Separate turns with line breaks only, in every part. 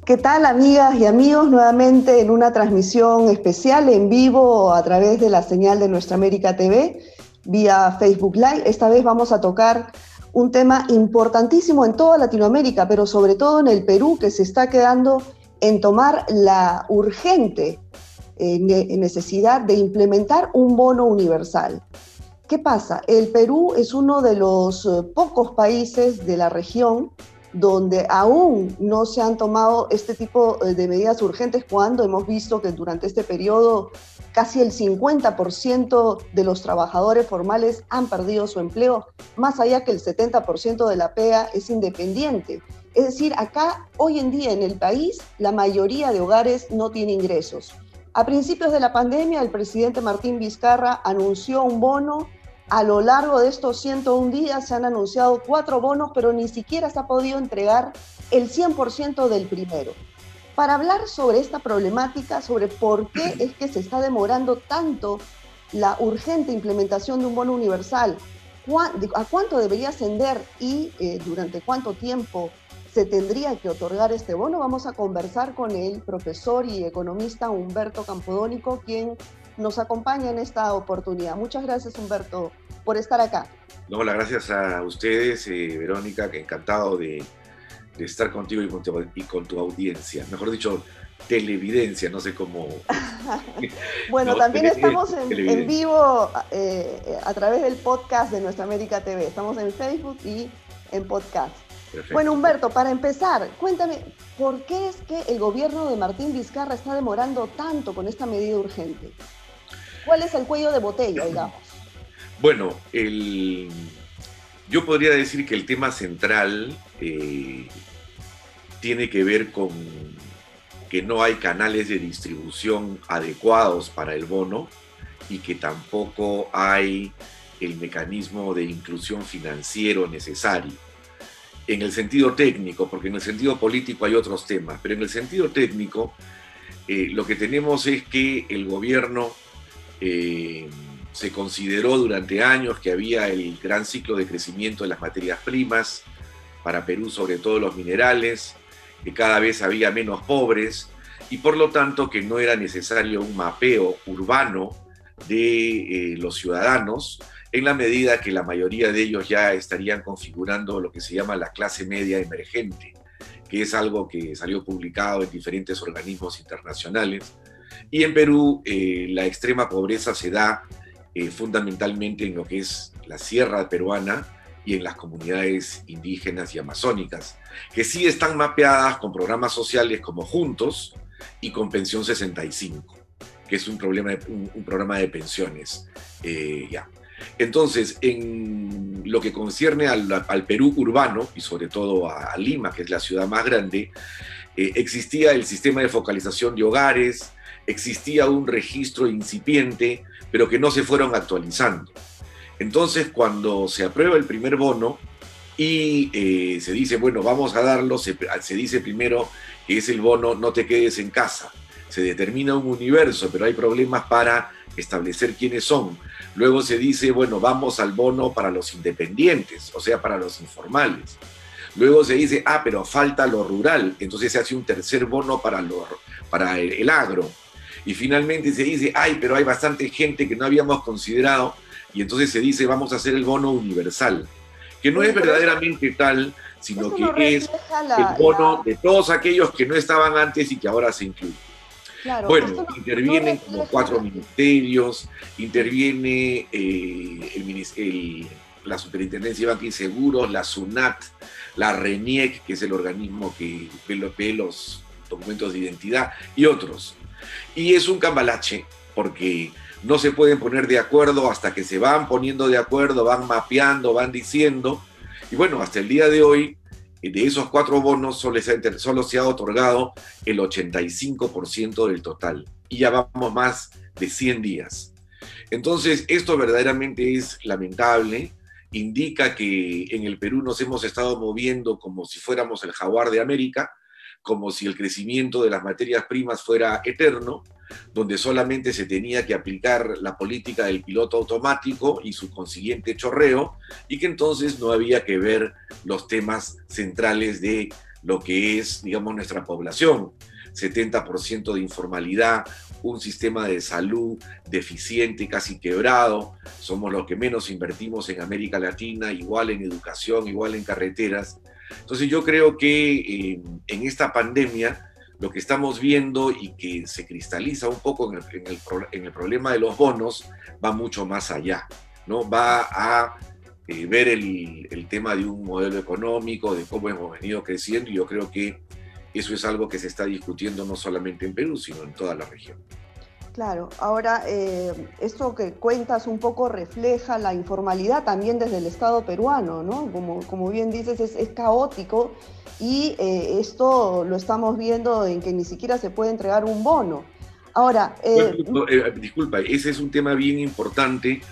¿Qué tal, amigas y amigos? Nuevamente en una transmisión especial en vivo a través de la señal de Nuestra América TV, vía Facebook Live. Esta vez vamos a tocar un tema importantísimo en toda Latinoamérica, pero sobre todo en el Perú, que se está quedando en tomar la urgente necesidad de implementar un bono universal. ¿Qué pasa? El Perú es uno de los pocos países de la región donde aún no se han tomado este tipo de medidas urgentes, cuando hemos visto que durante este periodo casi el 50% de los trabajadores formales han perdido su empleo, más allá que el 70% de la PEA es independiente. Es decir, acá hoy en día en el país la mayoría de hogares no tiene ingresos. A principios de la pandemia, el presidente Martín Vizcarra anunció un bono. A lo largo de estos 101 días se han anunciado 4 bonos, pero ni siquiera se ha podido entregar el 100% del primero. Para hablar sobre esta problemática, sobre por qué es que se está demorando tanto la urgente implementación de un bono universal, a cuánto debería ascender y durante cuánto tiempo se tendría que otorgar este bono, vamos a conversar con el profesor y economista Humberto Campodónico, quien nos acompaña en esta oportunidad. Muchas gracias, Humberto, por estar acá.
No, las gracias a ustedes, Verónica, que encantado de estar contigo y con tu audiencia. Mejor dicho, televidencia, no sé cómo.
Bueno,
No,
también estamos en
televidencia.
vivo a través del podcast de Nuestra América TV. Estamos en Facebook y en podcast. Bueno,
Perfecto.
Humberto, para empezar, cuéntame, ¿por qué es que el gobierno de Martín Vizcarra está demorando tanto con esta medida urgente? ¿Cuál es el cuello de botella, digamos?
Bueno, yo podría decir que el tema central tiene que ver con que no hay canales de distribución adecuados para el bono y que tampoco hay el mecanismo de inclusión financiero necesario. En el sentido técnico, porque en el sentido político hay otros temas, pero en el sentido técnico lo que tenemos es que el gobierno se consideró durante años que había el gran ciclo de crecimiento de las materias primas, para Perú sobre todo los minerales, que cada vez había menos pobres y por lo tanto que no era necesario un mapeo urbano de los ciudadanos, en la medida que la mayoría de ellos ya estarían configurando lo que se llama la clase media emergente, que es algo que salió publicado en diferentes organismos internacionales. Y en Perú la extrema pobreza se da fundamentalmente en lo que es la sierra peruana y en las comunidades indígenas y amazónicas, que sí están mapeadas con programas sociales como Juntos y con Pensión 65, que es un programa de pensiones. Ya. Entonces, en lo que concierne al Perú urbano, y sobre todo a Lima, que es la ciudad más grande, existía el sistema de focalización de hogares, existía un registro incipiente, pero que no se fueron actualizando. Entonces, cuando se aprueba el primer bono y se dice, bueno, vamos a darlo, se dice primero que es el bono no te quedes en casa. Se determina un universo, pero hay problemas para establecer quiénes son. Luego se dice, bueno, vamos al bono para los independientes, o sea, para los informales. Luego se dice, pero falta lo rural, entonces se hace un tercer bono para el agro. Y finalmente se dice, pero hay bastante gente que no habíamos considerado, y entonces se dice, vamos a hacer el bono universal, que no es verdaderamente tal, sino que
no
es el bono de todos aquellos que no estaban antes y que ahora se incluyen.
Claro,
bueno,
no,
intervienen como 4 ministerios, interviene la Superintendencia de Banca y Seguros, la SUNAT, la RENIEC, que es el organismo que ve los documentos de identidad, y otros. Y es un cambalache, porque no se pueden poner de acuerdo hasta que se van poniendo de acuerdo, van mapeando, van diciendo, y bueno, hasta el día de hoy, de esos 4 bonos solo se ha otorgado el 85% del total, y ya vamos más de 100 días. Entonces, esto verdaderamente es lamentable, indica que en el Perú nos hemos estado moviendo como si fuéramos el jaguar de América, como si el crecimiento de las materias primas fuera eterno, donde solamente se tenía que aplicar la política del piloto automático y su consiguiente chorreo, y que entonces no había que ver los temas centrales de lo que es, digamos, nuestra población. 70% de informalidad, un sistema de salud deficiente, casi quebrado, somos los que menos invertimos en América Latina, igual en educación, igual en carreteras. Entonces yo creo que en esta pandemia lo que estamos viendo y que se cristaliza un poco en el problema de los bonos va mucho más allá, ¿no? Va a ver el tema de un modelo económico, de cómo hemos venido creciendo, y yo creo que eso es algo que se está discutiendo no solamente en Perú, sino en toda la región.
Claro, ahora esto que cuentas un poco refleja la informalidad también desde el Estado peruano, ¿no? Como bien dices, es caótico, y esto lo estamos viendo en que ni siquiera se puede entregar un bono. Ahora...
disculpa, ese es un tema bien importante,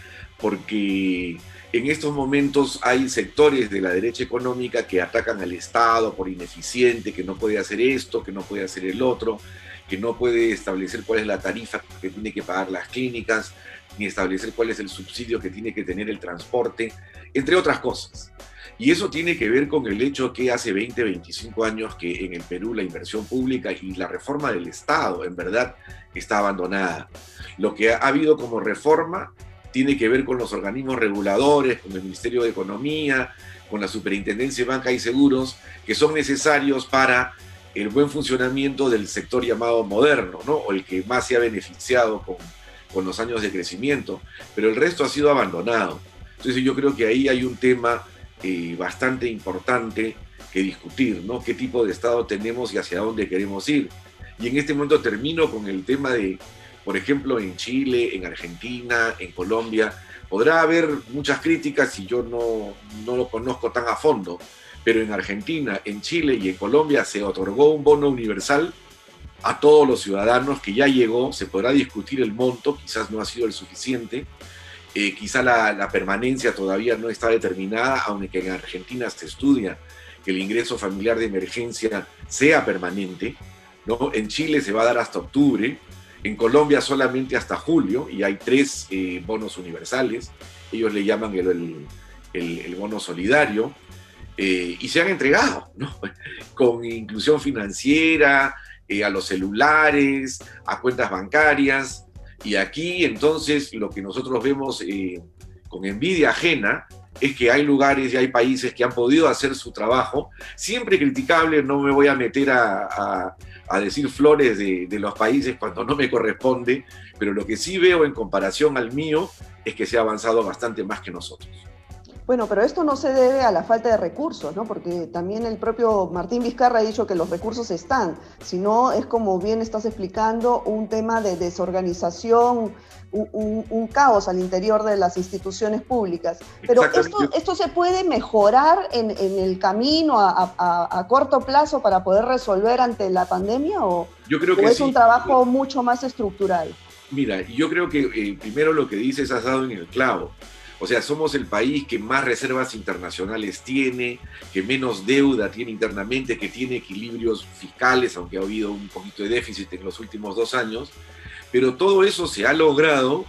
porque en estos momentos hay sectores de la derecha económica que atacan al Estado por ineficiente, que no puede hacer esto, que no puede hacer el otro, que no puede establecer cuál es la tarifa que tiene que pagar las clínicas, ni establecer cuál es el subsidio que tiene que tener el transporte, entre otras cosas. Y eso tiene que ver con el hecho que hace 20, 25 años que en el Perú la inversión pública y la reforma del Estado, en verdad, está abandonada. Lo que ha habido como reforma tiene que ver con los organismos reguladores, con el Ministerio de Economía, con la Superintendencia de Banca y Seguros, que son necesarios para el buen funcionamiento del sector llamado moderno, ¿no? O el que más se ha beneficiado con los años de crecimiento, pero el resto ha sido abandonado. Entonces yo creo que ahí hay un tema bastante importante que discutir, ¿no? ¿Qué tipo de Estado tenemos y hacia dónde queremos ir? Y en este momento termino con el tema de, por ejemplo, en Chile, en Argentina, en Colombia, podrá haber muchas críticas y yo no lo conozco tan a fondo, pero en Argentina, en Chile y en Colombia se otorgó un bono universal a todos los ciudadanos, que ya llegó. Se podrá discutir el monto, quizás no ha sido el suficiente, quizá la permanencia todavía no está determinada, aunque en Argentina se estudia que el ingreso familiar de emergencia sea permanente, ¿no? En Chile se va a dar hasta octubre, en Colombia solamente hasta julio, y hay 3 bonos universales, ellos le llaman el bono solidario, y se han entregado, ¿no? Con inclusión financiera, a los celulares, a cuentas bancarias. Y aquí entonces lo que nosotros vemos con envidia ajena es que hay lugares y hay países que han podido hacer su trabajo, siempre criticable. No me voy a meter a decir flores de los países cuando no me corresponde, pero lo que sí veo en comparación al mío es que se ha avanzado bastante más que nosotros.
Bueno, pero esto no se debe a la falta de recursos, ¿no? Porque también el propio Martín Vizcarra ha dicho que los recursos están, sino es, como bien estás explicando, un tema de desorganización, un caos al interior de las instituciones públicas. Pero esto se puede mejorar en el camino a corto plazo para poder resolver ante la pandemia, o
yo creo que
es un trabajo mucho más estructural.
Mira, yo creo que primero lo que dices has dado en el clavo. O sea, somos el país que más reservas internacionales tiene, que menos deuda tiene internamente, que tiene equilibrios fiscales, aunque ha habido un poquito de déficit en los últimos 2 años. Pero todo eso se ha logrado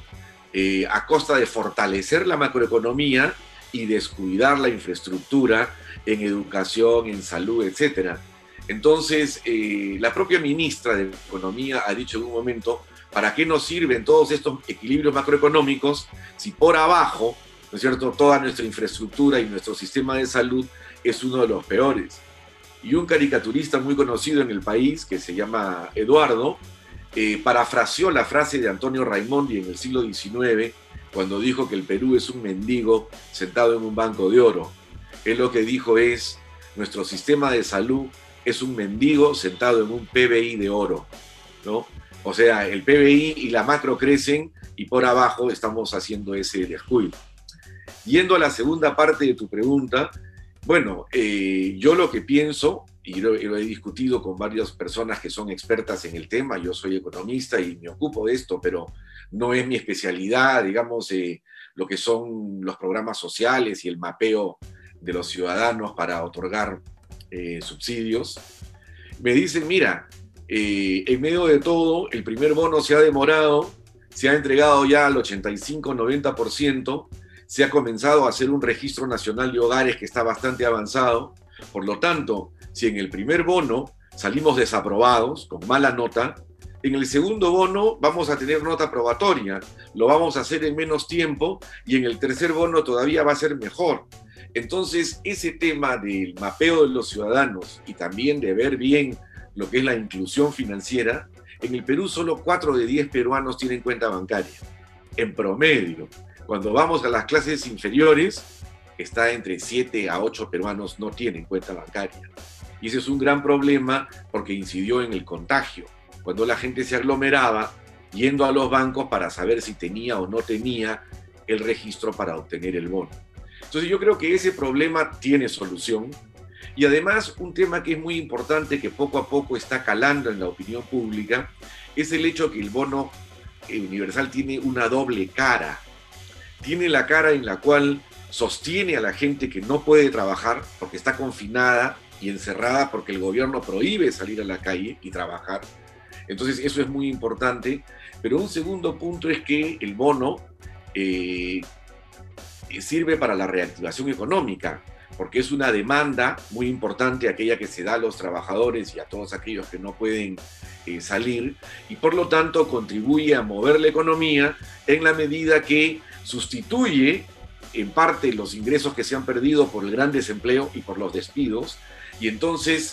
a costa de fortalecer la macroeconomía y descuidar la infraestructura en educación, en salud, etc. Entonces, la propia ministra de Economía ha dicho en un momento: ¿para qué nos sirven todos estos equilibrios macroeconómicos si por abajo, ¿no es cierto?, toda nuestra infraestructura y nuestro sistema de salud es uno de los peores? Y un caricaturista muy conocido en el país, que se llama Eduardo, parafraseó la frase de Antonio Raimondi en el siglo XIX, cuando dijo que el Perú es un mendigo sentado en un banco de oro. Él lo que dijo es: nuestro sistema de salud es un mendigo sentado en un PBI de oro, ¿no? O sea, el PBI y la macro crecen y por abajo estamos haciendo ese descuido. Yendo a la segunda parte de tu pregunta, bueno, yo lo que pienso, y lo he discutido con varias personas que son expertas en el tema, yo soy economista y me ocupo de esto, pero no es mi especialidad, digamos, lo que son los programas sociales y el mapeo de los ciudadanos para otorgar subsidios. Me dicen: mira, en medio de todo, el primer bono se ha demorado, se ha entregado ya al 85-90%, se ha comenzado a hacer un registro nacional de hogares que está bastante avanzado, Por lo tanto, si en el primer bono salimos desaprobados, con mala nota, en el segundo bono vamos a tener nota probatoria, lo vamos a hacer en menos tiempo y en el tercer bono todavía va a ser mejor. Entonces, ese tema del mapeo de los ciudadanos y también de ver bien lo que es la inclusión financiera, en el Perú solo 4 de 10 peruanos tienen cuenta bancaria, en promedio. Cuando vamos a las clases inferiores, está entre 7 a 8 peruanos no tienen cuenta bancaria. Y ese es un gran problema porque incidió en el contagio. Cuando la gente se aglomeraba yendo a los bancos para saber si tenía o no tenía el registro para obtener el bono. Entonces yo creo que ese problema tiene solución. Y además un tema que es muy importante, que poco a poco está calando en la opinión pública, es el hecho que el bono universal tiene una doble cara. Tiene la cara en la cual sostiene a la gente que no puede trabajar porque está confinada y encerrada porque el gobierno prohíbe salir a la calle y trabajar. Entonces eso es muy importante, pero un segundo punto es que el bono sirve para la reactivación económica, porque es una demanda muy importante, aquella que se da a los trabajadores y a todos aquellos que no pueden salir, y por lo tanto contribuye a mover la economía en la medida que sustituye en parte los ingresos que se han perdido por el gran desempleo y por los despidos, y entonces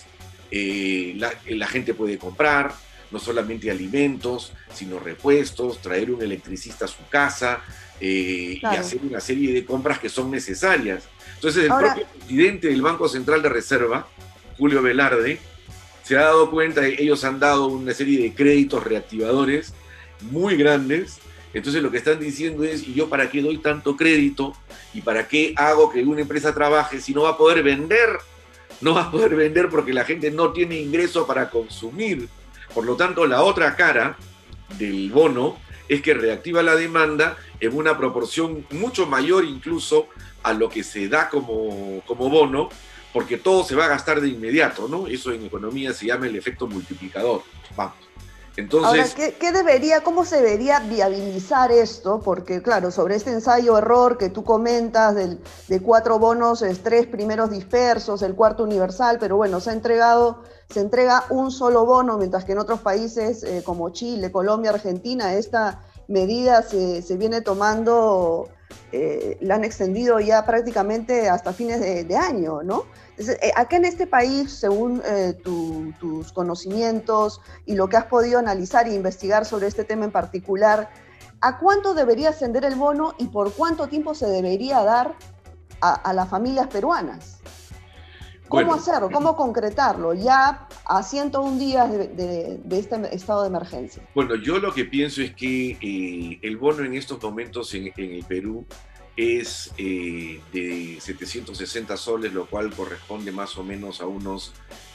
la gente puede comprar, no solamente alimentos, sino repuestos, traer un electricista a su casa y hacer una serie de compras que son necesarias. Entonces el propio presidente del Banco Central de Reserva, Julio Velarde, se ha dado cuenta, ellos han dado una serie de créditos reactivadores muy grandes. Entonces lo que están diciendo es, ¿y yo para qué doy tanto crédito? ¿Y para qué hago que una empresa trabaje si no va a poder vender? No va a poder vender porque la gente no tiene ingreso para consumir. Por lo tanto, la otra cara del bono es que reactiva la demanda en una proporción mucho mayor incluso a lo que se da como bono, porque todo se va a gastar de inmediato, ¿no? Eso en economía se llama el efecto multiplicador. Vamos. Entonces,
ahora, ¿cómo se debería viabilizar esto? Porque, claro, sobre este ensayo-error que tú comentas de 4 bonos, 3 primeros dispersos, el cuarto universal, pero bueno, se entrega un solo bono, mientras que en otros países como Chile, Colombia, Argentina, esta medida se viene tomando, la han extendido ya prácticamente hasta fines de año, ¿no? Entonces, acá en este país, según tus conocimientos y lo que has podido analizar e investigar sobre este tema en particular, ¿a cuánto debería ascender el bono y por cuánto tiempo se debería dar a las familias peruanas? ¿Cómo hacerlo? ¿Cómo concretarlo ya a 101 días de este estado de emergencia?
Bueno, yo lo que pienso es que el bono en estos momentos en el Perú es de 760 soles, lo cual corresponde más o menos a unos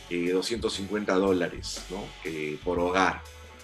$250, ¿no? Por hogar.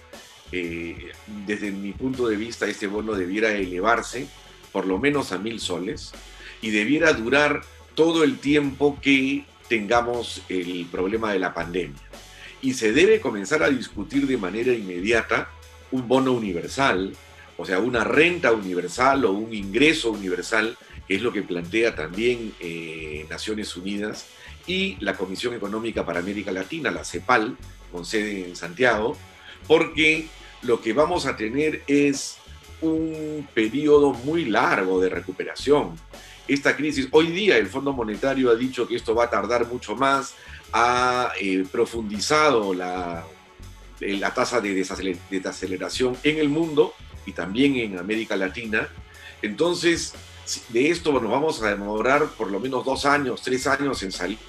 Desde mi punto de vista, este bono debiera elevarse por lo menos a 1.000 soles y debiera durar todo el tiempo que tengamos el problema de la pandemia. Y se debe comenzar a discutir de manera inmediata un bono universal, o sea, una renta universal o un ingreso universal, que es lo que plantea también Naciones Unidas y la Comisión Económica para América Latina, la CEPAL, con sede en Santiago, porque lo que vamos a tener es un periodo muy largo de recuperación. Esta crisis, hoy día el Fondo Monetario ha dicho que esto va a tardar mucho más, ha profundizado la tasa de desaceleración en el mundo y también en América Latina. Entonces, de esto nos vamos a demorar por lo menos 2 años, 3 años en salir,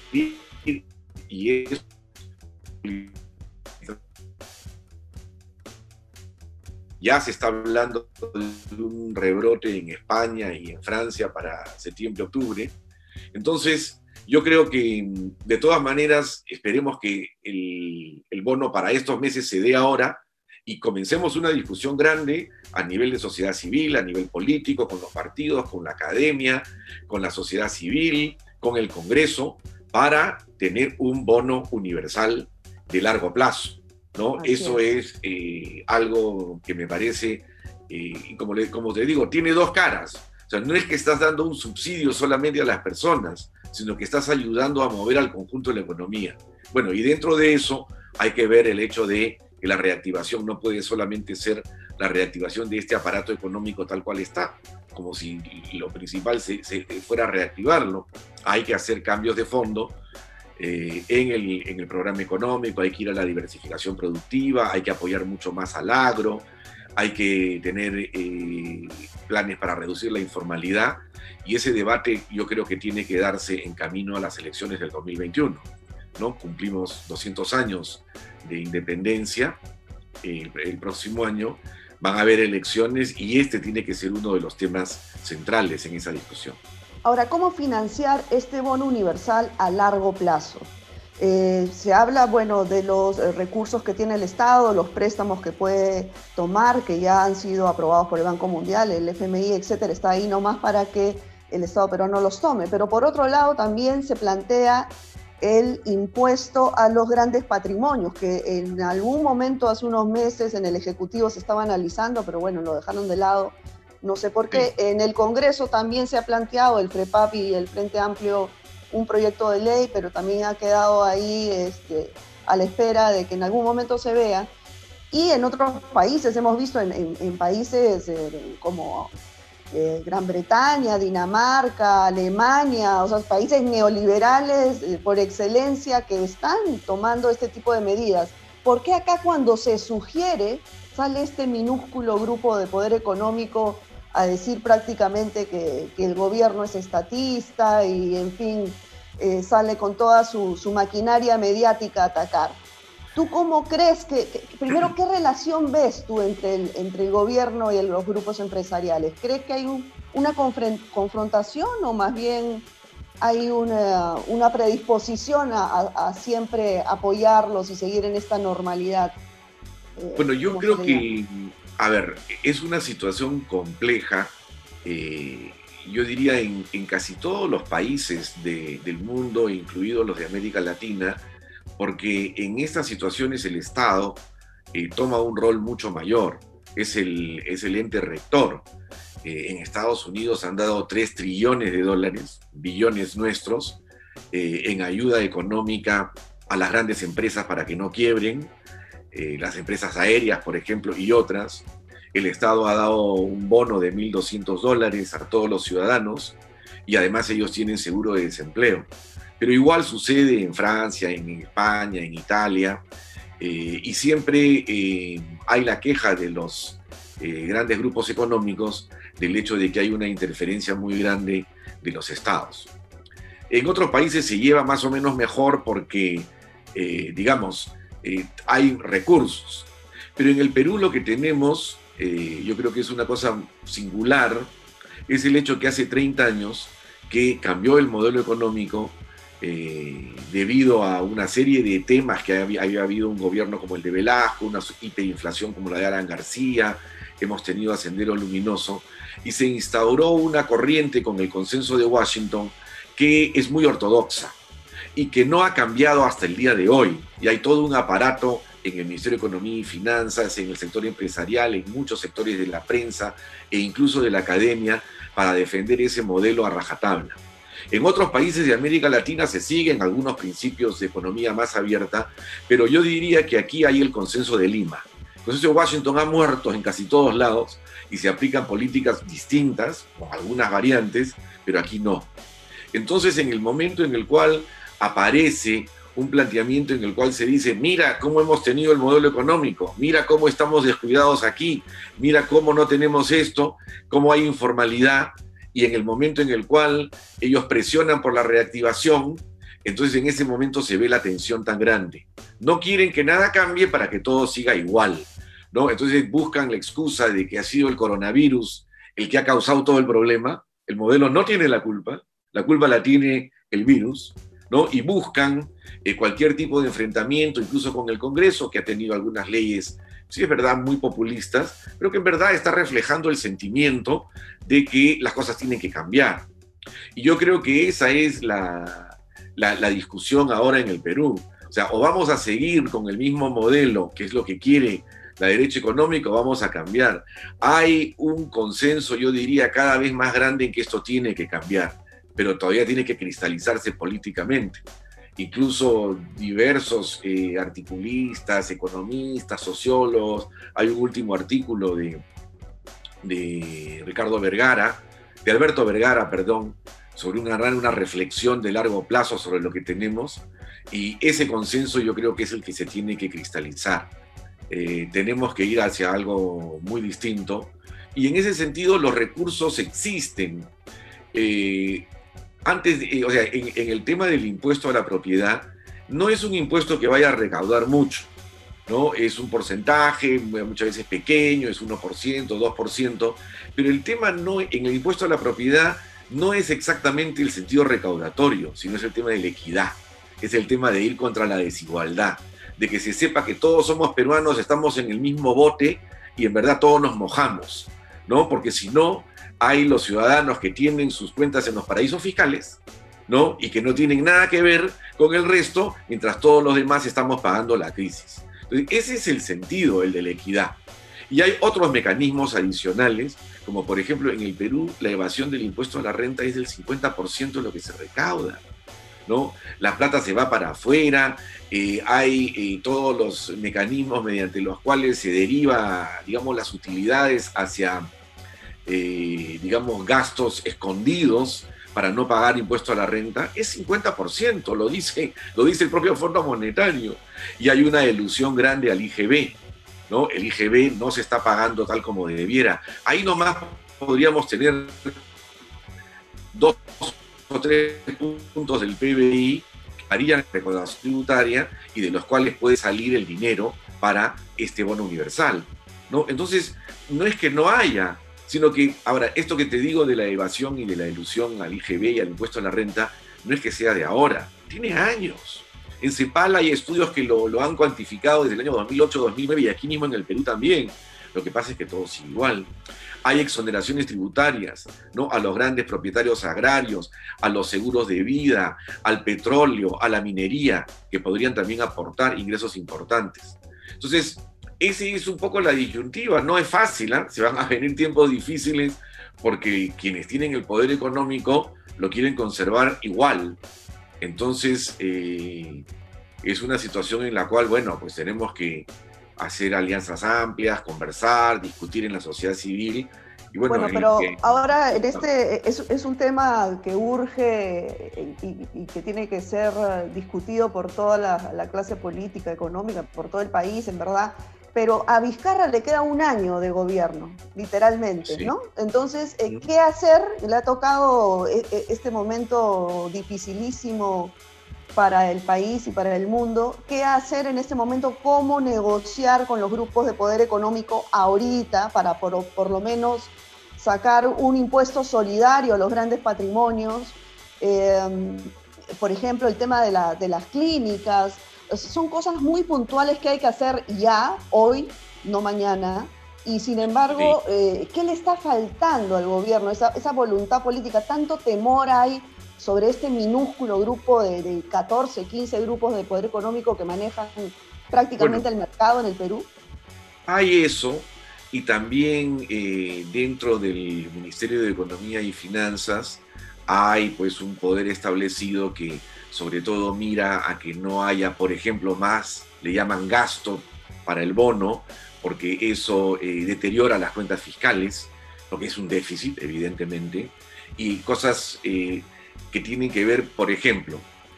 y eso ya se está hablando de un rebrote en España y en Francia para septiembre, octubre. Entonces, yo creo que de todas maneras esperemos que el bono para estos meses se dé ahora y comencemos una discusión grande a nivel de sociedad civil, a nivel político, con los partidos, con la academia, con la sociedad civil, con el Congreso, para tener un bono universal de largo plazo, ¿no? Eso es algo que me parece, como te digo, tiene 2 caras. O sea, no es que estás dando un subsidio solamente a las personas, sino que estás ayudando a mover al conjunto de la economía. Bueno, y dentro de eso hay que ver el hecho de que la reactivación no puede solamente ser la reactivación de este aparato económico tal cual está, como si lo principal se fuera a reactivarlo. Hay que hacer cambios de fondo en el programa económico, hay que ir a la diversificación productiva, hay que apoyar mucho más al agro, hay que tener planes para reducir la informalidad, y ese debate yo creo que tiene que darse en camino a las elecciones del 2021, ¿no? Cumplimos 200 años de independencia, el próximo año van a haber elecciones y este tiene que ser uno de los temas centrales en esa discusión.
Ahora, ¿cómo financiar este bono universal a largo plazo? Se habla, bueno, de los recursos que tiene el Estado, los préstamos que puede tomar, que ya han sido aprobados por el Banco Mundial, el FMI, etcétera, está ahí nomás para que el Estado peruano los tome. Pero por otro lado también se plantea el impuesto a los grandes patrimonios, que en algún momento, hace unos meses, en el Ejecutivo se estaba analizando, pero bueno, lo dejaron de lado. No sé por qué. En el Congreso también se ha planteado, el FREPAP y el Frente Amplio, un proyecto de ley, pero también ha quedado ahí a la espera de que en algún momento se vea. Y en otros países, hemos visto en países como Gran Bretaña, Dinamarca, Alemania, o sea, países neoliberales por excelencia que están tomando este tipo de medidas. ¿Por qué acá cuando se sugiere sale este minúsculo grupo de poder económico a decir prácticamente que el gobierno es estatista y, en fin, sale con toda su maquinaria mediática a atacar? ¿Tú cómo crees primero, qué relación ves tú entre el gobierno y los grupos empresariales? ¿Crees que hay una confrontación o más bien hay una predisposición a siempre apoyarlos y seguir en esta normalidad?
Bueno, yo creo que, a ver, es una situación compleja, yo diría en casi todos los países del mundo, incluidos los de América Latina, porque en estas situaciones el Estado toma un rol mucho mayor, es el ente rector. En Estados Unidos han dado 3 trillones de dólares, billones nuestros, en ayuda económica a las grandes empresas para que no quiebren, las empresas aéreas, por ejemplo, y otras. El Estado ha dado un bono de $1.200 a todos los ciudadanos y además ellos tienen seguro de desempleo. Pero igual sucede en Francia, en España, en Italia, y siempre hay la queja de los grandes grupos económicos del hecho de que hay una interferencia muy grande de los estados. En otros países se lleva más o menos mejor porque, hay recursos. Pero en el Perú lo que tenemos, yo creo que es una cosa singular, es el hecho que hace 30 años que cambió el modelo económico debido a una serie de temas que había habido un gobierno como el de Velasco, una hiperinflación como la de Alan García, hemos tenido a Sendero Luminoso, y se instauró una corriente con el consenso de Washington que es muy ortodoxa y que no ha cambiado hasta el día de hoy. Y hay todo un aparato en el Ministerio de Economía y Finanzas, en el sector empresarial, en muchos sectores de la prensa e incluso de la academia para defender ese modelo a rajatabla. En otros países de América Latina se siguen algunos principios de economía más abierta, pero yo diría que aquí hay el consenso de Lima. El consenso de Washington ha muerto en casi todos lados y se aplican políticas distintas, con algunas variantes, pero aquí no. Entonces, en el momento en el cual aparece un planteamiento en el cual se dice, mira cómo hemos tenido el modelo económico, mira cómo estamos descuidados aquí, mira cómo no tenemos esto, cómo hay informalidad, y en el momento en el cual ellos presionan por la reactivación, entonces en ese momento se ve la tensión tan grande. No quieren que nada cambie para que todo siga igual, ¿no? Entonces buscan la excusa de que ha sido el coronavirus el que ha causado todo el problema. El modelo no tiene la culpa la tiene el virus, ¿no? Y buscan cualquier tipo de enfrentamiento, incluso con el Congreso, que ha tenido algunas leyes, sí es verdad, muy populistas, pero que en verdad está reflejando el sentimiento de que las cosas tienen que cambiar. Y yo creo que esa es la discusión ahora en el Perú. O sea, o vamos a seguir con el mismo modelo, que es lo que quiere la derecha económica, o vamos a cambiar. Hay un consenso, yo diría, cada vez más grande en que esto tiene que cambiar. pero todavía tiene que cristalizarse políticamente. Incluso diversos articulistas, economistas, sociólogos, hay un último artículo de Alberto Vergara, perdón, sobre una reflexión de largo plazo sobre lo que tenemos, y ese consenso yo creo que es el que se tiene que cristalizar. Tenemos que ir hacia algo muy distinto, y en ese sentido los recursos existen. O sea, en el tema del impuesto a la propiedad, no es un impuesto que vaya a recaudar mucho, ¿no? Es un porcentaje muchas veces pequeño, es 1%, 2%, pero el tema no, en el impuesto a la propiedad no es exactamente el sentido recaudatorio, sino es el tema de la equidad, es el tema de ir contra la desigualdad, de que se sepa que todos somos peruanos, estamos en el mismo bote y en verdad todos nos mojamos, ¿no? Porque si no, hay los ciudadanos que tienen sus cuentas en los paraísos fiscales, ¿no? Y que no tienen nada que ver con el resto, mientras todos los demás estamos pagando la crisis. Entonces, ese es el sentido, el de la equidad. Y hay otros mecanismos adicionales, como por ejemplo en el Perú, la evasión del impuesto a la renta es del 50% de lo que se recauda, ¿no? La plata se va para afuera, hay todos los mecanismos mediante los cuales se deriva, digamos, las utilidades hacia, digamos, gastos escondidos para no pagar impuesto a la renta, es 50%, lo dice el propio Fondo Monetario, y hay una elusión grande al IGB, ¿no? El IGB no se está pagando tal como debiera. Ahí nomás podríamos tener 2 o 3 puntos del PBI que harían recaudación tributaria y de los cuales puede salir el dinero para este bono universal, ¿no? Entonces, no es que no haya, sino que, ahora, esto que te digo de la evasión y de la elusión al IGB y al impuesto a la renta, no es que sea de ahora, tiene años. En CEPAL hay estudios que lo han cuantificado desde el año 2008, 2009 y aquí mismo en el Perú también. Lo que pasa es que todo sigue igual. Hay exoneraciones tributarias, ¿no? A los grandes propietarios agrarios, a los seguros de vida, al petróleo, a la minería, que podrían también aportar ingresos importantes. Entonces, esa es un poco la disyuntiva. No es fácil, ¿eh? Se van a venir tiempos difíciles porque quienes tienen el poder económico lo quieren conservar igual. Entonces, es una situación en la cual, bueno, pues tenemos que hacer alianzas amplias, conversar, discutir en la sociedad civil. Y bueno,
pero ahora es un tema que urge y que tiene que ser discutido por toda la clase política, económica, por todo el país, en verdad. Pero a Vizcarra le queda un año de gobierno, literalmente, sí, ¿no? Entonces, ¿qué hacer? Le ha tocado este momento dificilísimo para el país y para el mundo. ¿Qué hacer en este momento? ¿Cómo negociar con los grupos de poder económico ahorita para por lo menos sacar un impuesto solidario a los grandes patrimonios? Por ejemplo, el tema de las clínicas. Son cosas muy puntuales que hay que hacer ya, hoy, no mañana, y sin embargo, sí, ¿qué le está faltando al gobierno? Esa voluntad política, tanto temor hay sobre este minúsculo grupo de 14, 15 grupos de poder económico que manejan prácticamente el mercado en el Perú.
Hay eso, y también dentro del Ministerio de Economía y Finanzas hay pues un poder establecido que sobre todo mira a que no haya, por ejemplo, más, le llaman gasto para el bono, porque eso deteriora las cuentas fiscales, lo que es un déficit, evidentemente, y cosas que tienen que ver, por ejemplo,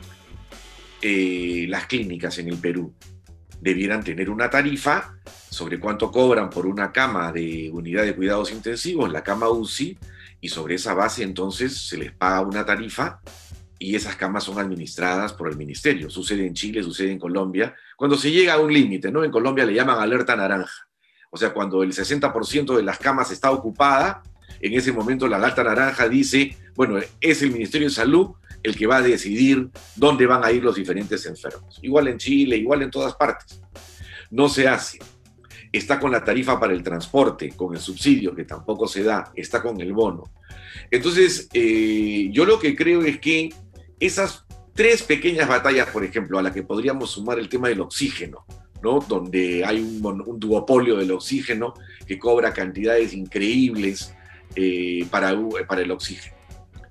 las clínicas en el Perú debieran tener una tarifa sobre cuánto cobran por una cama de unidad de cuidados intensivos, la cama UCI, y sobre esa base entonces se les paga una tarifa y esas camas son administradas por el ministerio. Sucede en Chile, sucede en Colombia. Cuando se llega a un límite, ¿no? En Colombia le llaman alerta naranja. O sea, cuando el 60% de las camas está ocupada, en ese momento la alerta naranja dice, bueno, es el Ministerio de Salud el que va a decidir dónde van a ir los diferentes enfermos. Igual en Chile, igual en todas partes. No se hace. Está con la tarifa para el transporte, con el subsidio, que tampoco se da, está con el bono. Entonces, yo lo que creo es que esas 3 pequeñas batallas, por ejemplo, a las que podríamos sumar el tema del oxígeno, ¿no? Donde hay un duopolio del oxígeno que cobra cantidades increíbles para el oxígeno.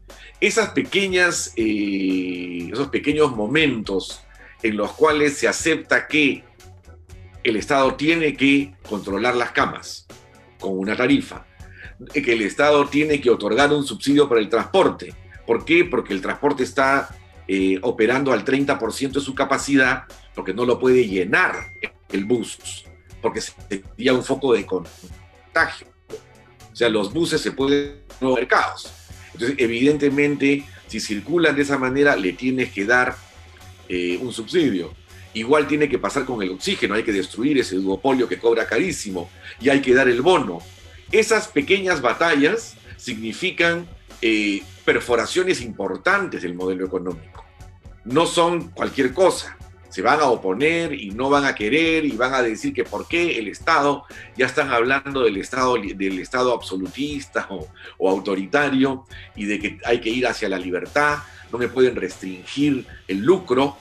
esos pequeños momentos en los cuales se acepta que el Estado tiene que controlar las camas con una tarifa, que el Estado tiene que otorgar un subsidio para el transporte. ¿Por qué? Porque el transporte está operando al 30% de su capacidad, porque no lo puede llenar el bus, porque sería un foco de contagio. O sea, los buses se pueden en los mercados. Entonces, evidentemente, si circulan de esa manera, le tienes que dar un subsidio. Igual tiene que pasar con el oxígeno, hay que destruir ese duopolio que cobra carísimo y hay que dar el bono. Esas pequeñas batallas significan perforaciones importantes del modelo económico. No son cualquier cosa. Se van a oponer y no van a querer y van a decir que por qué el Estado, ya están hablando del Estado absolutista o autoritario y de que hay que ir hacia la libertad, no me pueden restringir el lucro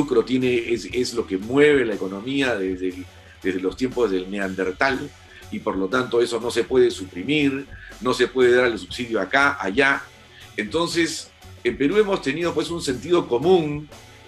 es lo que mueve la economía desde los tiempos del Neandertal y por lo tanto eso no se puede suprimir, no se puede dar el subsidio acá, allá. Entonces, en Perú hemos tenido pues un sentido común,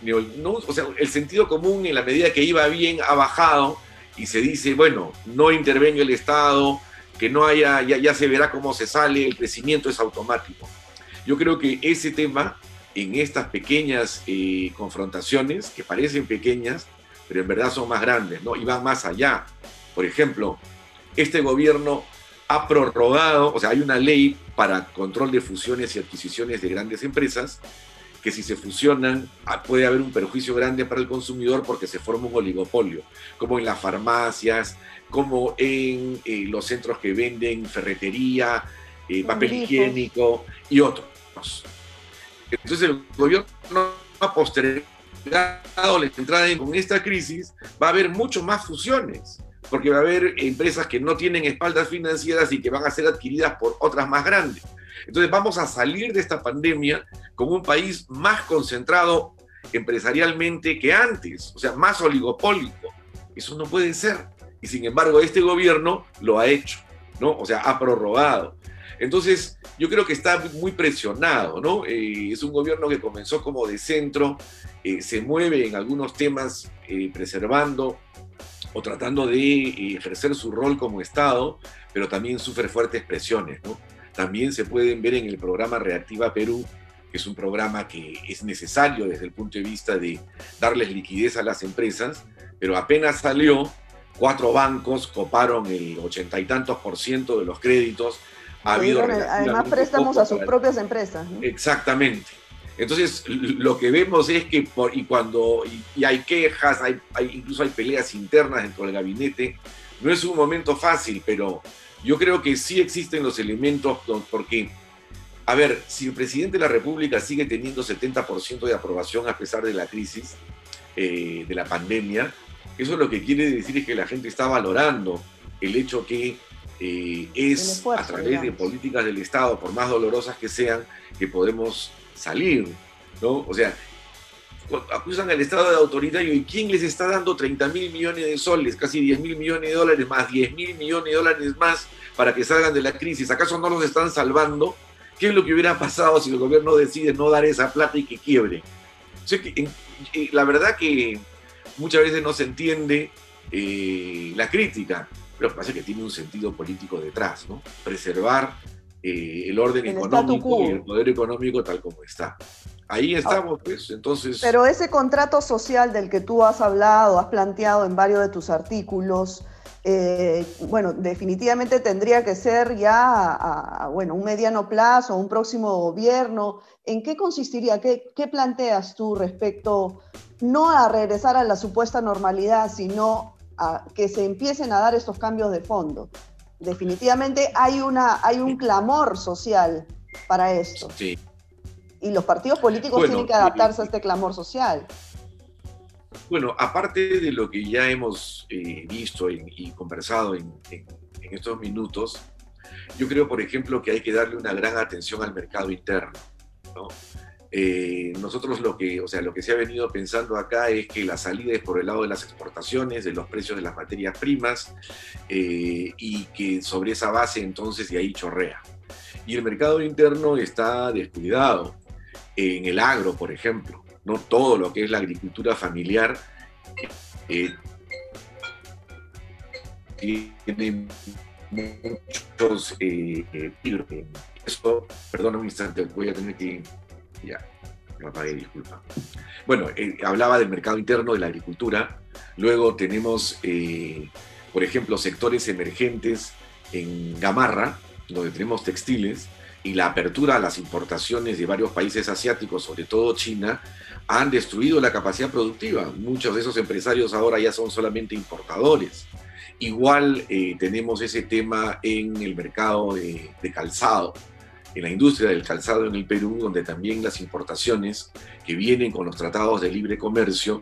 o sea, el sentido común en la medida que iba bien ha bajado y se dice, bueno, no intervenga el Estado, que no haya, ya se verá cómo se sale, el crecimiento es automático. Yo creo que ese tema, en estas pequeñas confrontaciones, que parecen pequeñas, pero en verdad son más grandes, ¿no? Y van más allá. Por ejemplo, este gobierno ha prorrogado, o sea, hay una ley para control de fusiones y adquisiciones de grandes empresas, que si se fusionan puede haber un perjuicio grande para el consumidor porque se forma un oligopolio, como en las farmacias, como en los centros que venden ferretería, papel higiénico y otros. Entonces el gobierno ha postergado la entrada con esta crisis, va a haber mucho más fusiones, porque va a haber empresas que no tienen espaldas financieras y que van a ser adquiridas por otras más grandes. Entonces vamos a salir de esta pandemia como un país más concentrado empresarialmente que antes, o sea, más oligopólico. Eso no puede ser. Y sin embargo, este gobierno lo ha hecho, ¿no? O sea, ha prorrogado. Entonces, yo creo que está muy presionado, ¿no? Es un gobierno que comenzó como de centro, se mueve en algunos temas preservando o tratando de ejercer su rol como Estado, pero también sufre fuertes presiones, ¿no? También se pueden ver en el programa Reactiva Perú, que es un programa que es necesario desde el punto de vista de darles liquidez a las empresas, pero apenas salió, 4 bancos coparon el 80 y tantos % de los créditos. Ha habido
además préstamos a sus propias empresas, ¿no?
Exactamente. Entonces, lo que vemos es que hay quejas, incluso hay peleas internas dentro del gabinete. No es un momento fácil, pero yo creo que sí existen los elementos, porque, a ver, si el presidente de la República sigue teniendo 70% de aprobación a pesar de la crisis, de la pandemia, eso lo que quiere decir es que la gente está valorando el hecho que es esfuerzo, a través de políticas del Estado, por más dolorosas que sean, que podemos salir, ¿no? O sea, acusan al Estado de autoritario, ¿y quién les está dando 30.000 millones de soles, casi 10.000 millones de dólares, más 10.000 millones de dólares más para que salgan de la crisis? ¿Acaso no los están salvando? ¿Qué es lo que hubiera pasado si el gobierno decide no dar esa plata y que quiebre? O sea, la verdad que muchas veces no se entiende la crítica. Lo que pasa es que tiene un sentido político detrás, ¿no? Preservar el orden económico y el poder económico tal como está. Ahí estamos, pues, entonces...
Pero ese contrato social del que tú has hablado, has planteado en varios de tus artículos, bueno, definitivamente tendría que ser ya un mediano plazo, un próximo gobierno. ¿En qué consistiría? ¿Qué planteas tú respecto, no a regresar a la supuesta normalidad, sino a que se empiecen a dar estos cambios de fondo? Definitivamente hay un clamor social para esto.
Sí.
Y los partidos políticos tienen que adaptarse a este clamor social.
Bueno, aparte de lo que ya hemos visto y conversado en estos minutos, yo creo, por ejemplo, que hay que darle una gran atención al mercado interno, ¿no? Nosotros lo que se ha venido pensando acá es que la salida es por el lado de las exportaciones, de los precios de las materias primas, y que sobre esa base entonces de ahí chorrea. Y el mercado interno está descuidado. en el agro, por ejemplo, ¿no? Todo lo que es la agricultura familiar tiene muchos eso, perdón un instante, voy a tener que... Ya, lo apagué, disculpa. Bueno, hablaba del mercado interno de la agricultura. Luego tenemos, por ejemplo, sectores emergentes en Gamarra, donde tenemos textiles, y la apertura a las importaciones de varios países asiáticos, sobre todo China, han destruido la capacidad productiva. Muchos de esos empresarios ahora ya son solamente importadores. Igual tenemos ese tema en el mercado de calzado, en la industria del calzado en el Perú, donde también las importaciones que vienen con los tratados de libre comercio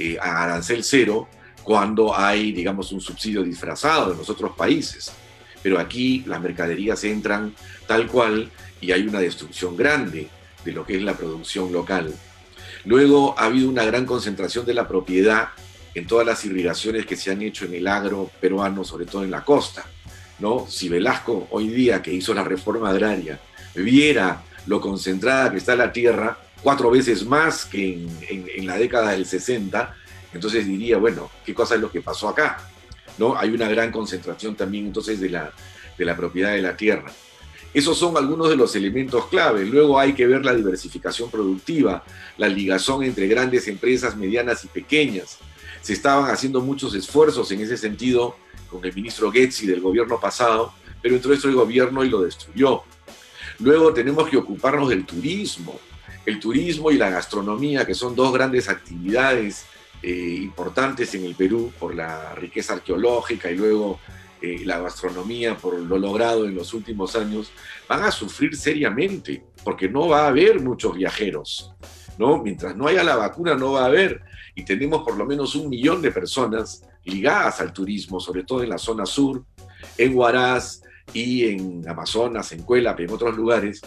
a arancel cero, cuando hay, digamos, un subsidio disfrazado en los otros países. Pero aquí las mercaderías entran tal cual y hay una destrucción grande de lo que es la producción local. Luego ha habido una gran concentración de la propiedad en todas las irrigaciones que se han hecho en el agro peruano, sobre todo en la costa, ¿no? Si Velasco hoy día, que hizo la reforma agraria, viera lo concentrada que está la tierra, 4 veces más que en la década del 60, entonces diría, bueno, ¿qué cosa es lo que pasó acá? ¿No? Hay una gran concentración también entonces de la propiedad de la tierra. Esos son algunos de los elementos clave. Luego hay que ver la diversificación productiva, la ligazón entre grandes empresas, medianas y pequeñas. Se estaban haciendo muchos esfuerzos en ese sentido con el ministro Getzi del gobierno pasado, pero entró este gobierno y lo destruyó. Luego tenemos que ocuparnos del turismo. El turismo y la gastronomía, que son dos grandes actividades importantes en el Perú por la riqueza arqueológica y luego la gastronomía por lo logrado en los últimos años, van a sufrir seriamente porque no va a haber muchos viajeros, ¿no? Mientras no haya la vacuna no va a haber, y tenemos por lo menos 1 millón de personas ligadas al turismo, sobre todo en la zona sur, en Huaraz y en Amazonas, en Cuélap, en otros lugares,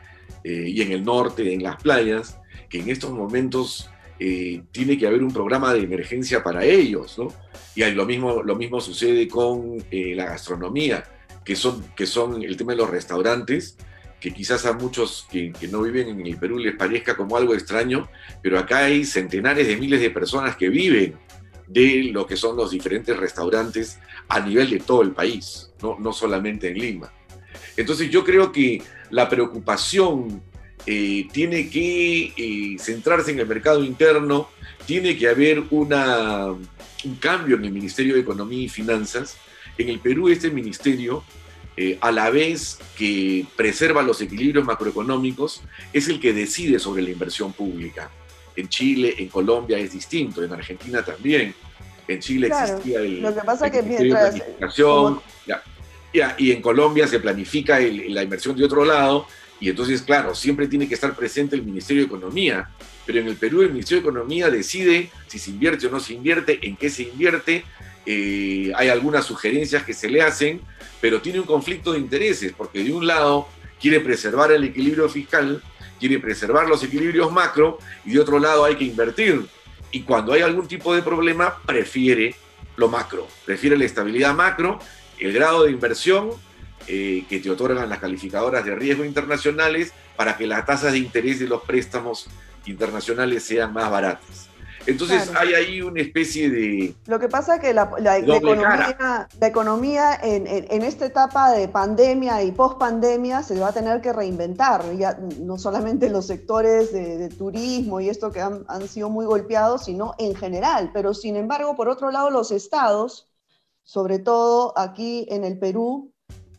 y en el norte, en las playas, que en estos momentos tiene que haber un programa de emergencia para ellos, ¿no? Y lo mismo sucede con la gastronomía, que son el tema de los restaurantes, que quizás a muchos que no viven en el Perú les parezca como algo extraño, pero acá hay centenares de miles de personas que viven de lo que son los diferentes restaurantes a nivel de todo el país, no solamente en Lima. Entonces yo creo que la preocupación tiene que centrarse en el mercado interno, tiene que haber un cambio en el Ministerio de Economía y Finanzas. En el Perú este ministerio, a la vez que preserva los equilibrios macroeconómicos, es el que decide sobre la inversión pública. En Chile, en Colombia es distinto, en Argentina también. En Chile existía
lo que pasa
el
que
Ministerio de Planificación, y en Colombia se planifica la inversión de otro lado, y entonces, claro, siempre tiene que estar presente el Ministerio de Economía, pero en el Perú el Ministerio de Economía decide si se invierte o no se invierte, en qué se invierte, hay algunas sugerencias que se le hacen, pero tiene un conflicto de intereses, porque de un lado quiere preservar el equilibrio fiscal, quiere preservar los equilibrios macro, y de otro lado hay que invertir. Y cuando hay algún tipo de problema, prefiere lo macro, prefiere la estabilidad macro, el grado de inversión que te otorgan las calificadoras de riesgo internacionales para que las tasas de interés de los préstamos internacionales sean más baratas. Entonces hay ahí una especie de...
Lo que pasa es que la economía en esta etapa de pandemia y post-pandemia se va a tener que reinventar, ya, no solamente los sectores de turismo y esto que han sido muy golpeados, sino en general. Pero sin embargo, por otro lado, los estados, sobre todo aquí en el Perú,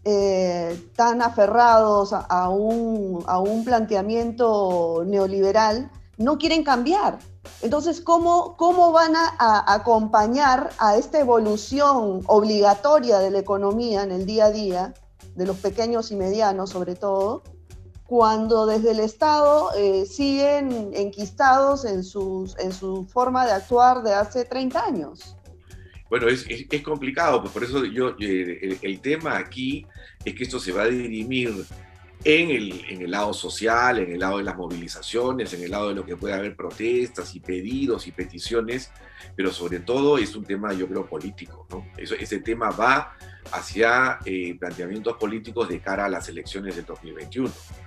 tan aferrados a un planteamiento neoliberal, no quieren cambiar. Entonces, ¿cómo van a acompañar a esta evolución obligatoria de la economía en el día a día, de los pequeños y medianos sobre todo, cuando desde el Estado siguen enquistados en su forma de actuar de hace 30 años?
Bueno, es complicado, pues por eso el tema aquí es que esto se va a dirimir en el lado social, en el lado de las movilizaciones, en el lado de lo que puede haber protestas y pedidos y peticiones, pero sobre todo es un tema, yo creo, político, ¿no? Ese tema va hacia planteamientos políticos de cara a las elecciones del 2021.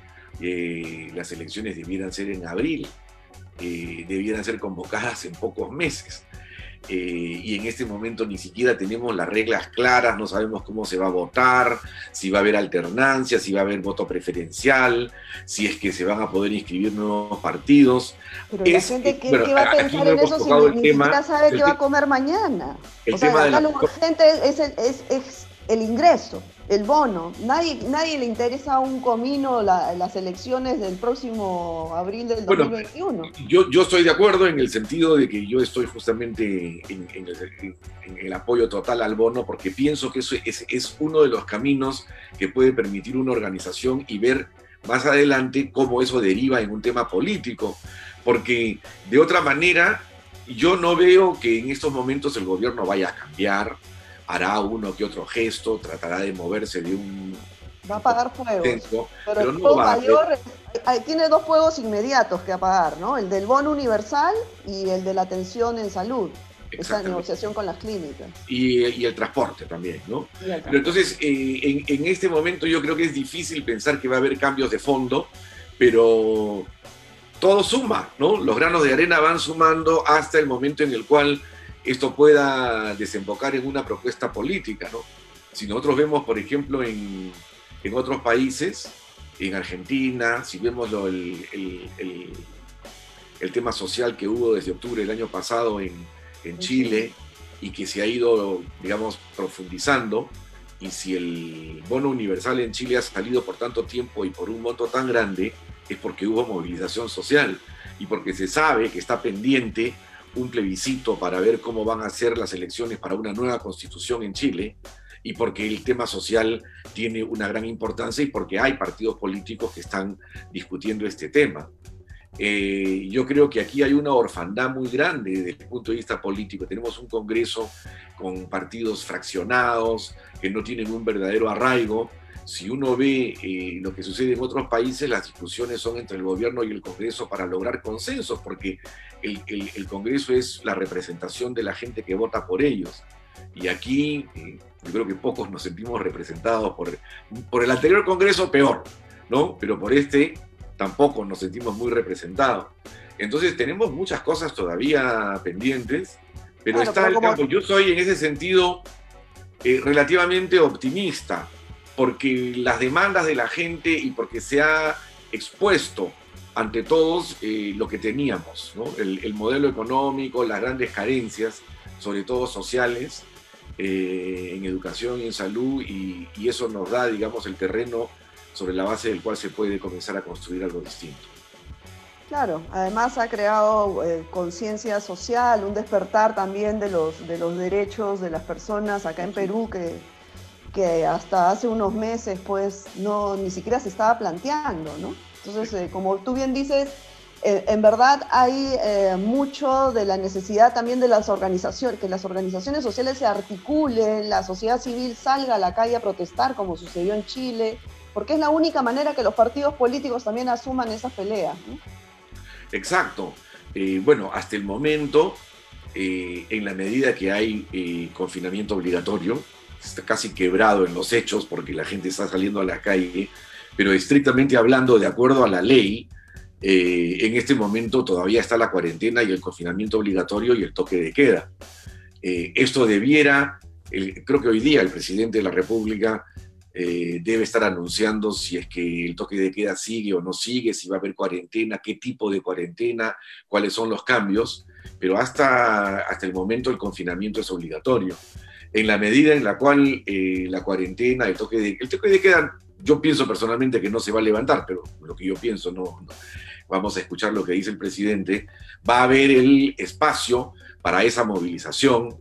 las elecciones debieran ser en abril, debieran ser convocadas en pocos meses. Y en este momento ni siquiera tenemos las reglas claras, no sabemos cómo se va a votar, si va a haber alternancia, si va a haber voto preferencial, si es que se van a poder inscribir nuevos partidos.
Pero la gente, ¿qué va a pensar en eso si ni siquiera sabe qué va a comer mañana? O sea, acá lo urgente es el ingreso, el bono. Nadie le interesa a un comino las elecciones del próximo abril del 2021.
Bueno, yo estoy de acuerdo en el sentido de que yo estoy justamente en el apoyo total al bono, porque pienso que eso es uno de los caminos que puede permitir una organización y ver más adelante cómo eso deriva en un tema político, porque de otra manera yo no veo que en estos momentos el gobierno vaya a cambiar. Hará uno que otro gesto, tratará de moverse de un...
Va a apagar fuegos, pero el
no
fuego mayor tiene dos fuegos inmediatos que apagar, ¿no? El del bono universal y el de la atención en salud, esa negociación con las clínicas.
Y el transporte también, ¿no? Pero entonces, en este momento yo creo que es difícil pensar que va a haber cambios de fondo, pero todo suma, ¿no? Los granos de arena van sumando hasta el momento en el cual esto pueda desembocar en una propuesta política, ¿no? Si nosotros vemos, por ejemplo, en otros países, en Argentina, si vemos el tema social que hubo desde octubre del año pasado en Chile y que se ha ido, digamos, profundizando, y si el bono universal en Chile ha salido por tanto tiempo y por un monto tan grande, es porque hubo movilización social y porque se sabe que está pendiente un plebiscito para ver cómo van a ser las elecciones para una nueva constitución en Chile, y porque el tema social tiene una gran importancia y porque hay partidos políticos que están discutiendo este tema. Yo creo que aquí hay una orfandad muy grande desde el punto de vista político. Tenemos un Congreso con partidos fraccionados que no tienen un verdadero arraigo. Si uno ve lo que sucede en otros países, las discusiones son entre el gobierno y el Congreso para lograr consensos, porque el Congreso es la representación de la gente que vota por ellos. Y aquí yo creo que pocos nos sentimos representados por el anterior Congreso, peor, ¿no? Pero por este tampoco nos sentimos muy representados. Entonces tenemos muchas cosas todavía pendientes, pero está el campo. Yo soy en ese sentido relativamente optimista, porque las demandas de la gente y porque se ha expuesto ante todos lo que teníamos, ¿no? El modelo económico, las grandes carencias, sobre todo sociales, en educación y en salud, y eso nos da, digamos, el terreno sobre la base del cual se puede comenzar a construir algo distinto.
Claro, además ha creado conciencia social, un despertar también de los derechos de las personas acá en Perú que hasta hace unos meses pues ni siquiera se estaba planteando, ¿no? Entonces, como tú bien dices, en verdad hay mucho de la necesidad también de las organizaciones, que las organizaciones sociales se articulen, la sociedad civil salga a la calle a protestar, como sucedió en Chile, porque es la única manera que los partidos políticos también asuman esas peleas, ¿no?
Exacto. Bueno, hasta el momento, en la medida que hay confinamiento obligatorio, está casi quebrado en los hechos porque la gente está saliendo a la calle, pero estrictamente hablando, de acuerdo a la ley, en este momento todavía está la cuarentena y el confinamiento obligatorio y el toque de queda. Esto debiera, creo que hoy día el presidente de la República debe estar anunciando si es que el toque de queda sigue o no sigue, si va a haber cuarentena, qué tipo de cuarentena, cuáles son los cambios, pero hasta el momento el confinamiento es obligatorio. En la medida en la cual la cuarentena, el toque de queda, yo pienso personalmente que no se va a levantar, pero lo que yo pienso, no vamos a escuchar lo que dice el presidente, va a haber el espacio para esa movilización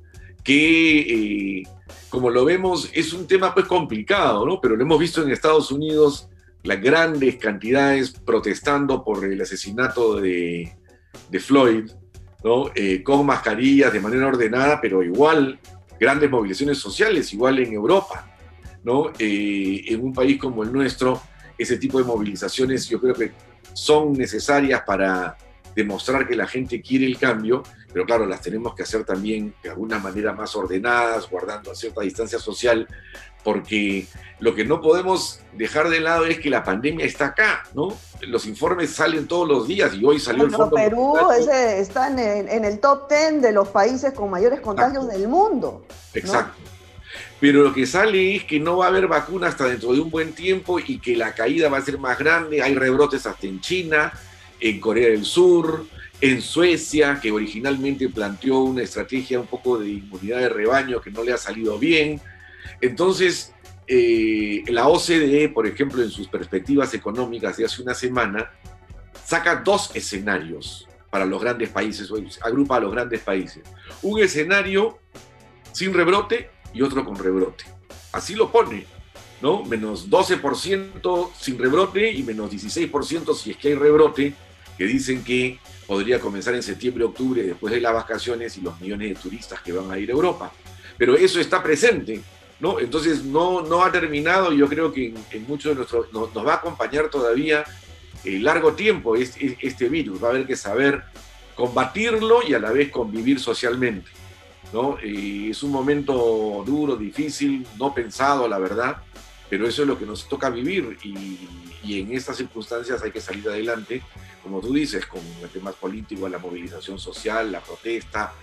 que, como lo vemos, es un tema pues complicado, ¿no? Pero lo hemos visto en Estados Unidos, las grandes cantidades protestando por el asesinato de Floyd, ¿no? Con mascarillas de manera ordenada, pero igual grandes movilizaciones sociales, igual en Europa, ¿no? En un país como el nuestro, ese tipo de movilizaciones yo creo que son necesarias para demostrar que la gente quiere el cambio, pero claro, las tenemos que hacer también de alguna manera más ordenadas, guardando cierta distancia social, porque lo que no podemos dejar de lado es que la pandemia está acá, ¿no? Los informes salen todos los días y hoy salió el Fondo
Perú está en el top 10 de los países con mayores contagios del mundo, ¿no?
Exacto. Pero lo que sale es que no va a haber vacuna hasta dentro de un buen tiempo y que la caída va a ser más grande. Hay rebrotes hasta en China, en Corea del Sur, en Suecia, que originalmente planteó una estrategia un poco de inmunidad de rebaño que no le ha salido bien. Entonces, la OCDE, por ejemplo, en sus perspectivas económicas de hace una semana, saca dos escenarios para los grandes países, agrupa a los grandes países. Un escenario sin rebrote y otro con rebrote. Así lo pone, ¿no? Menos 12% sin rebrote y menos 16% si es que hay rebrote, que dicen que podría comenzar en septiembre, octubre, después de las vacaciones y los millones de turistas que van a ir a Europa. Pero eso está presente, ¿no? Entonces no ha terminado y yo creo que en muchos de nuestros nos va a acompañar todavía largo tiempo este virus. Va a haber que saber combatirlo y a la vez convivir socialmente, ¿no? Es un momento duro, difícil, no pensado, la verdad, pero eso es lo que nos toca vivir y en estas circunstancias hay que salir adelante, como tú dices, con el tema político, la movilización social, la protesta,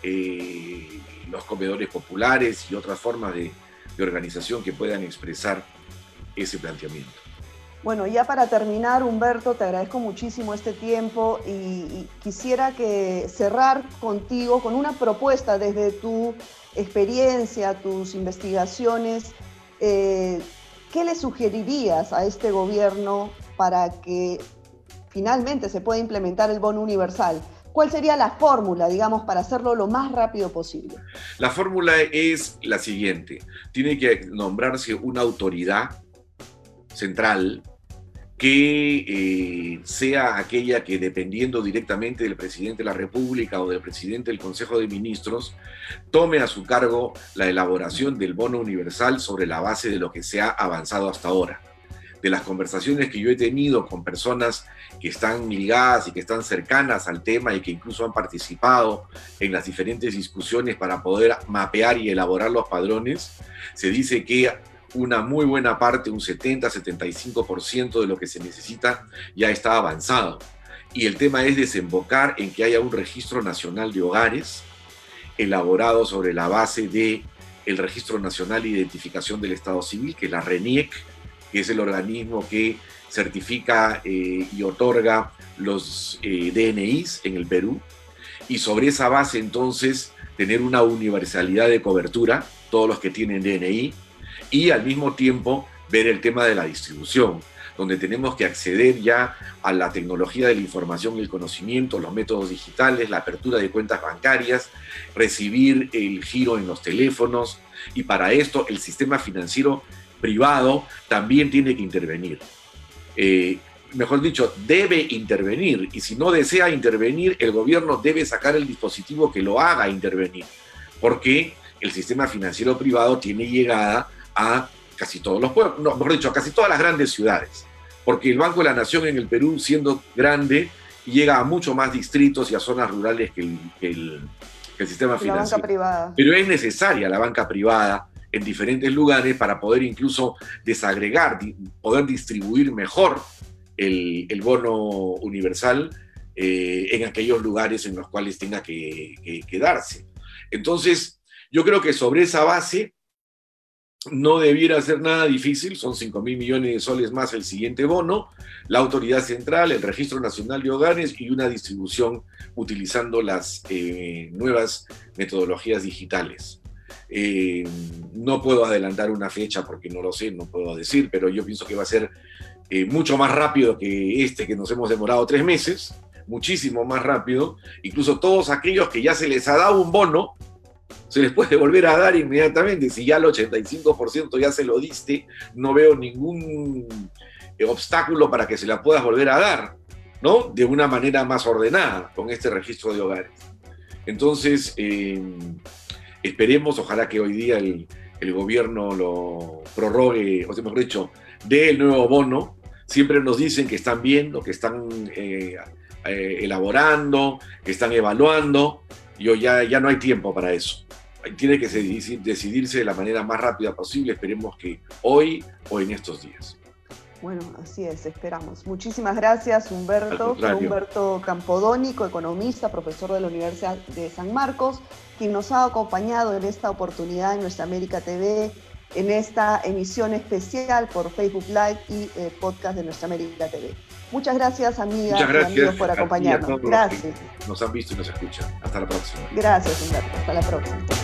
los comedores populares y otras formas de organización que puedan expresar ese planteamiento.
Bueno, ya para terminar, Humberto, te agradezco muchísimo este tiempo y quisiera cerrar contigo con una propuesta desde tu experiencia, tus investigaciones. ¿Qué le sugerirías a este gobierno para que finalmente se pueda implementar el bono universal? ¿Cuál sería la fórmula, digamos, para hacerlo lo más rápido posible?
La fórmula es la siguiente. Tiene que nombrarse una autoridad central que sea aquella que, dependiendo directamente del presidente de la República o del presidente del Consejo de Ministros, tome a su cargo la elaboración del bono universal sobre la base de lo que se ha avanzado hasta ahora. De las conversaciones que yo he tenido con personas que están ligadas y que están cercanas al tema y que incluso han participado en las diferentes discusiones para poder mapear y elaborar los padrones, se dice que una muy buena parte, un 70-75% de lo que se necesita ya está avanzado. Y el tema es desembocar en que haya un registro nacional de hogares elaborado sobre la base del Registro Nacional de Identificación del Estado Civil, que es la RENIEC, que es el organismo que certifica y otorga los DNIs en el Perú. Y sobre esa base, entonces, tener una universalidad de cobertura, todos los que tienen DNI, y al mismo tiempo ver el tema de la distribución, donde tenemos que acceder ya a la tecnología de la información y el conocimiento, los métodos digitales, la apertura de cuentas bancarias, recibir el giro en los teléfonos, y para esto el sistema financiero privado también tiene que intervenir. Mejor dicho, debe intervenir, y si no desea intervenir, el gobierno debe sacar el dispositivo que lo haga intervenir, porque el sistema financiero privado tiene llegada a casi todos los pueblos, no, mejor dicho, a casi todas las grandes ciudades, porque el Banco de la Nación en el Perú, siendo grande, llega a mucho más distritos y a zonas rurales que el sistema financiero. La banca privada. Pero es necesaria la banca privada en diferentes lugares para poder incluso desagregar, poder distribuir mejor el bono universal en aquellos lugares en los cuales tenga que darse. Entonces, yo creo que sobre esa base no debiera ser nada difícil, son 5.000 millones de soles más el siguiente bono, la autoridad central, el Registro Nacional de Hogares y una distribución utilizando las nuevas metodologías digitales. No puedo adelantar una fecha porque no lo sé, no puedo decir, pero yo pienso que va a ser mucho más rápido que que nos hemos demorado 3 meses, muchísimo más rápido. Incluso todos aquellos que ya se les ha dado un bono, se les puede volver a dar inmediatamente. Si ya el 85% ya se lo diste, no veo ningún obstáculo para que se la puedas volver a dar, ¿no? De una manera más ordenada con este registro de hogares. Entonces, esperemos, ojalá que hoy día el gobierno lo prorrogue, o sea, mejor dicho, dé el nuevo bono. Siempre nos dicen que están viendo, que están elaborando, que están evaluando. Ya no hay tiempo para eso. Tiene que decidirse de la manera más rápida posible. Esperemos que hoy o en estos días.
Bueno, así es, esperamos. Muchísimas gracias, Humberto. Fue Humberto Campodónico, economista, profesor de la Universidad de San Marcos, quien nos ha acompañado en esta oportunidad en Nuestra América TV, en esta emisión especial por Facebook Live y podcast de Nuestra América TV. Muchas gracias, amigas y amigos, por acompañarnos. Gracias.
Nos han visto y nos escuchan. Hasta la próxima.
Gracias, Humberto. Hasta la próxima.